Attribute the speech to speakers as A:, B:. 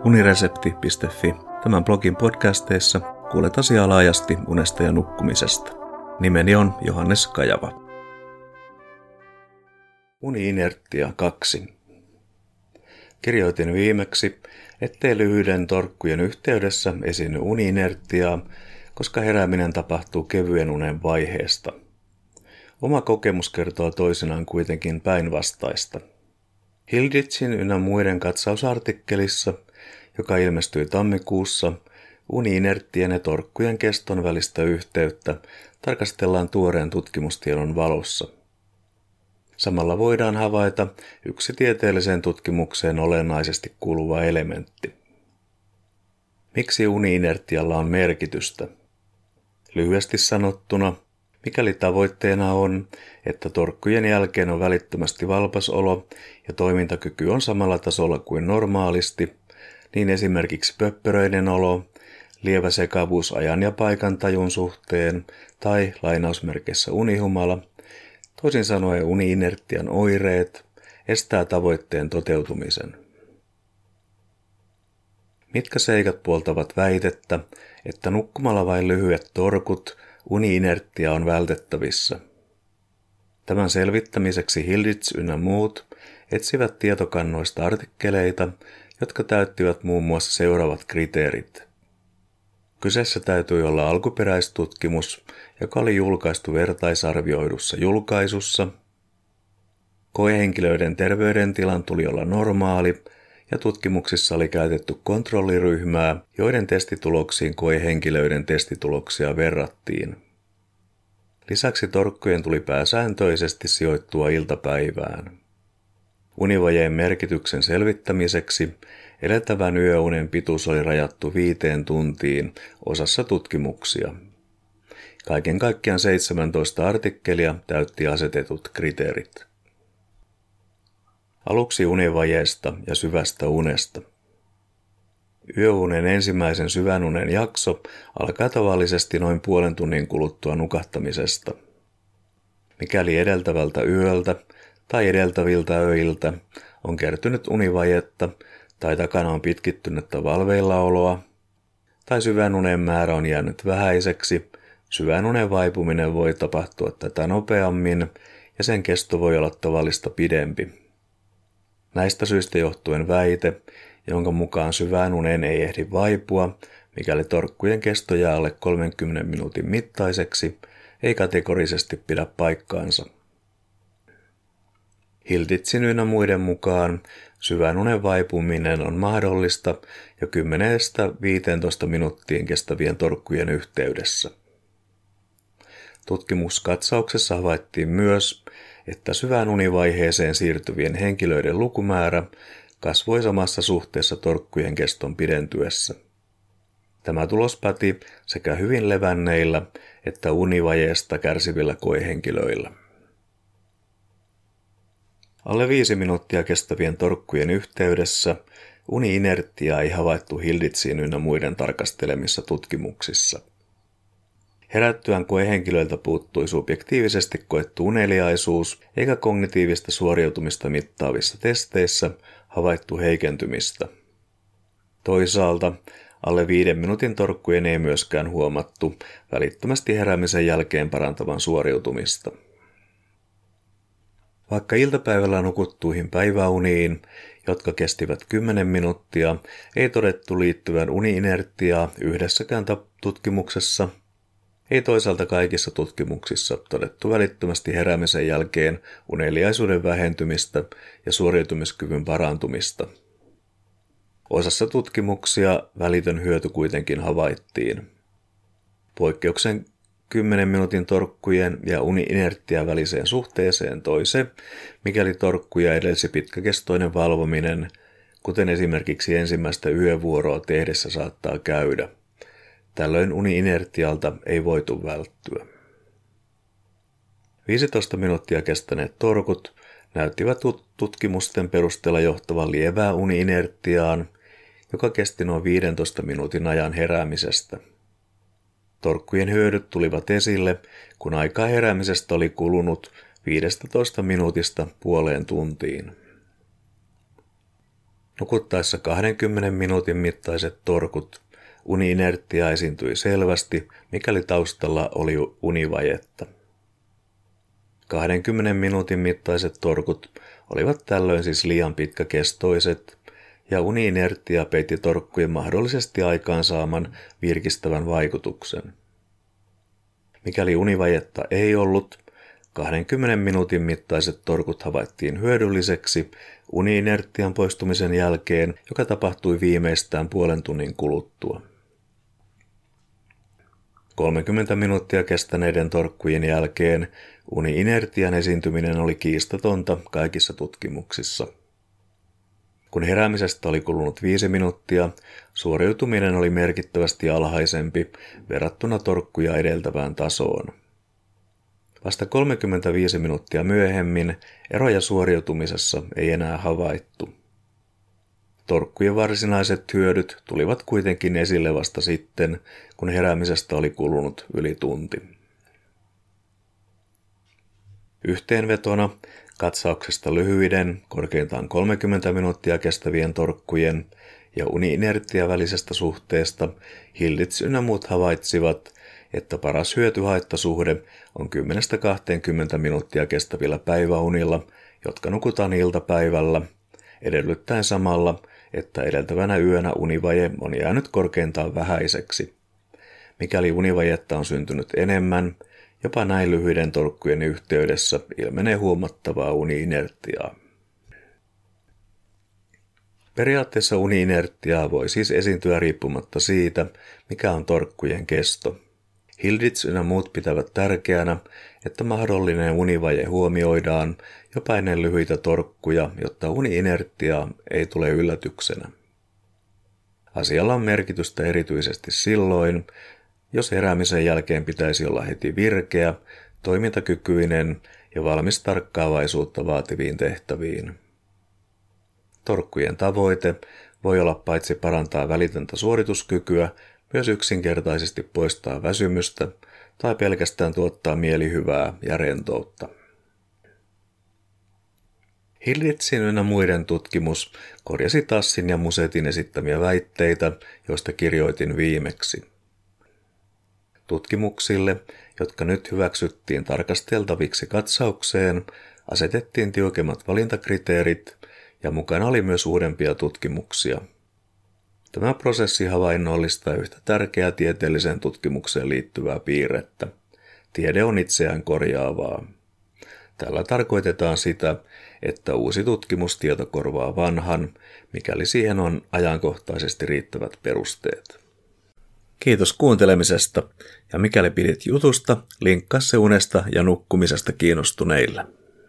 A: uniresepti.fi. Tämän blogin podcasteissa kuulet asiaa laajasti unesta ja nukkumisesta. Nimeni on Johannes Kajava. Uni-inertia 2. Kirjoitin viimeksi, ettei lyhyiden torkkujen yhteydessä esiinny uni-inertiaa, koska herääminen tapahtuu kevyen unen vaiheesta. Oma kokemus kertoo toisinaan kuitenkin päinvastaista. Hilditzin ynnä muiden katsausartikkelissa, joka ilmestyi tammikuussa, uni-inerttien ja torkkujen keston välistä yhteyttä tarkastellaan tuoreen tutkimustiedon valossa. Samalla voidaan havaita yksi tieteelliseen tutkimukseen olennaisesti kuuluva elementti. Miksi uni-inertialla on merkitystä? Lyhyesti sanottuna, mikäli tavoitteena on, että torkkujen jälkeen on välittömästi valpas olo ja toimintakyky on samalla tasolla kuin normaalisti, niin esimerkiksi pöppöröinen olo, lievä sekavuus ajan ja paikan tajun suhteen tai lainausmerkeissä unihumala, toisin sanoen uni-inertian oireet, estää tavoitteen toteutumisen. Mitkä seikat puoltavat väitettä, että nukkumalla vain lyhyet torkut uni-inertia on vältettävissä? Tämän selvittämiseksi Hilditz ynnä muut etsivät tietokannoista artikkeleita, jotka täyttivät muun muassa seuraavat kriteerit. Kyseessä täytyi olla alkuperäistutkimus, joka oli julkaistu vertaisarvioidussa julkaisussa. Koehenkilöiden terveydentilan tuli olla normaali ja tutkimuksissa oli käytetty kontrolliryhmää, joiden testituloksiin koehenkilöiden testituloksia verrattiin. Lisäksi torkkujen tuli pääsääntöisesti sijoittua iltapäivään. Univajeen merkityksen selvittämiseksi edeltävän yöunen pituus oli rajattu 5 tuntiin osassa tutkimuksia. Kaiken kaikkiaan 17 artikkelia täytti asetetut kriteerit. Aluksi univajeesta ja syvästä unesta. Yöunen ensimmäisen syvän unen jakso alkaa tavallisesti noin puolen tunnin kuluttua nukahtamisesta. Mikäli edeltävältä yöltä tai edeltäviltä öiltä on kertynyt univajetta tai takana on pitkittynyttä valveillaoloa tai syvän unen määrä on jäänyt vähäiseksi, syvän unen vaipuminen voi tapahtua tätä nopeammin ja sen kesto voi olla tavallista pidempi. Näistä syistä johtuen väite, jonka mukaan syvään unen ei ehdi vaipua, mikäli torkkujen kesto jää alle 30 minuutin mittaiseksi, ei kategorisesti pidä paikkaansa. Hilditzin ynnä muiden mukaan syvän unen vaipuminen on mahdollista jo 10–15 minuuttiin kestävien torkkujen yhteydessä. Tutkimuskatsauksessa havaittiin myös, että syvään univaiheeseen siirtyvien henkilöiden lukumäärä kasvoi samassa suhteessa torkkujen keston pidentyessä. Tämä tulos päti sekä hyvin levänneillä että univajeesta kärsivillä koehenkilöillä. Alle 5 minuuttia kestävien torkkujen yhteydessä uni-inertiaa ei havaittu Hilditzin ynnä muiden tarkastelemissa tutkimuksissa. Herättyään koehenkilöiltä puuttui subjektiivisesti koettu uneliaisuus eikä kognitiivista suoriutumista mittaavissa testeissä havaittu heikentymistä. Toisaalta alle 5 minuutin torkkujen ei myöskään huomattu välittömästi heräämisen jälkeen parantavan suoriutumista. Vaikka iltapäivällä nukuttuihin päiväuniin, jotka kestivät 10 minuuttia, ei todettu liittyvän uni-inertiaa yhdessäkään tutkimuksessa, ei toisaalta kaikissa tutkimuksissa todettu välittömästi heräämisen jälkeen uneliaisuuden vähentymistä ja suoriutumiskyvyn parantumista. Osassa tutkimuksia välitön hyöty kuitenkin havaittiin. Poikkeuksen 10 minuutin torkkujen ja uni-inertian väliseen suhteeseen toi se, mikäli torkkuja edelsi pitkäkestoinen valvominen, kuten esimerkiksi ensimmäistä yövuoroa tehdessä saattaa käydä. Tällöin uni-inertialta ei voitu välttyä. 15 minuuttia kestäneet torkut näyttivät tutkimusten perusteella johtavan lievää uni-inertiaan, joka kesti noin 15 minuutin ajan heräämisestä. Torkkujen hyödyt tulivat esille, kun aikaa heräämisestä oli kulunut 15 minuutista puoleen tuntiin. Nukuttaessa 20 minuutin mittaiset torkut uni-inerttia esiintyi selvästi, mikäli taustalla oli univajetta. 20 minuutin mittaiset torkut olivat tällöin siis liian pitkäkestoiset, ja uni-inerttia peitti torkkujen mahdollisesti aikaansaaman virkistävän vaikutuksen. Mikäli univajetta ei ollut, 20 minuutin mittaiset torkut havaittiin hyödylliseksi uni-inertian poistumisen jälkeen, joka tapahtui viimeistään puolen tunnin kuluttua. 30 minuuttia kestäneiden torkkujen jälkeen uni-inertian esiintyminen oli kiistatonta kaikissa tutkimuksissa. Kun heräämisestä oli kulunut 5 minuuttia, suoriutuminen oli merkittävästi alhaisempi verrattuna torkkuja edeltävään tasoon. Vasta 35 minuuttia myöhemmin eroja suoriutumisessa ei enää havaittu. Torkkujen varsinaiset hyödyt tulivat kuitenkin esille vasta sitten, kun heräämisestä oli kulunut yli tunti. Yhteenvetona katsauksesta lyhyiden, korkeintaan 30 minuuttia kestävien torkkujen ja uni-inerttia välisestä suhteesta Hilditz ynnä muut havaitsivat, että paras hyöty-haittasuhde on 10-20 minuuttia kestävillä päiväunilla, jotka nukutaan iltapäivällä, edellyttäen samalla, että edeltävänä yönä univaje on jäänyt korkeintaan vähäiseksi. Mikäli univajetta on syntynyt enemmän, jopa näin lyhyiden torkkujen yhteydessä ilmenee huomattavaa uni-inerttiaa. Periaatteessa uni-inerttiaa voi siis esiintyä riippumatta siitä, mikä on torkkujen kesto. Hilditz ynnä muut pitävät tärkeänä, että mahdollinen univaje huomioidaan jopa ennen lyhyitä torkkuja, jotta uni-inerttia ei tule yllätyksenä. Asialla on merkitystä erityisesti silloin, jos heräämisen jälkeen pitäisi olla heti virkeä, toimintakykyinen ja valmis tarkkaavaisuutta vaativiin tehtäviin. Torkkujen tavoite voi olla paitsi parantaa välitöntä suorituskykyä, myös yksinkertaisesti poistaa väsymystä tai pelkästään tuottaa mielihyvää ja rentoutta. Hilditzin ynnä muiden tutkimus korjasi Tassin ja Musetin esittämiä väitteitä, joista kirjoitin viimeksi. Tutkimuksille, jotka nyt hyväksyttiin tarkasteltaviksi katsaukseen, asetettiin tiukemmat valintakriteerit ja mukana oli myös uudempia tutkimuksia. Tämä prosessi havainnollistaa yhtä tärkeää tieteelliseen tutkimukseen liittyvää piirrettä. Tiede on itseään korjaavaa. Tällä tarkoitetaan sitä, että uusi tutkimustieto korvaa vanhan, mikäli siihen on ajankohtaisesti riittävät perusteet. Kiitos kuuntelemisesta, ja mikäli pidit jutusta, linkkaa se unesta ja nukkumisesta kiinnostuneille.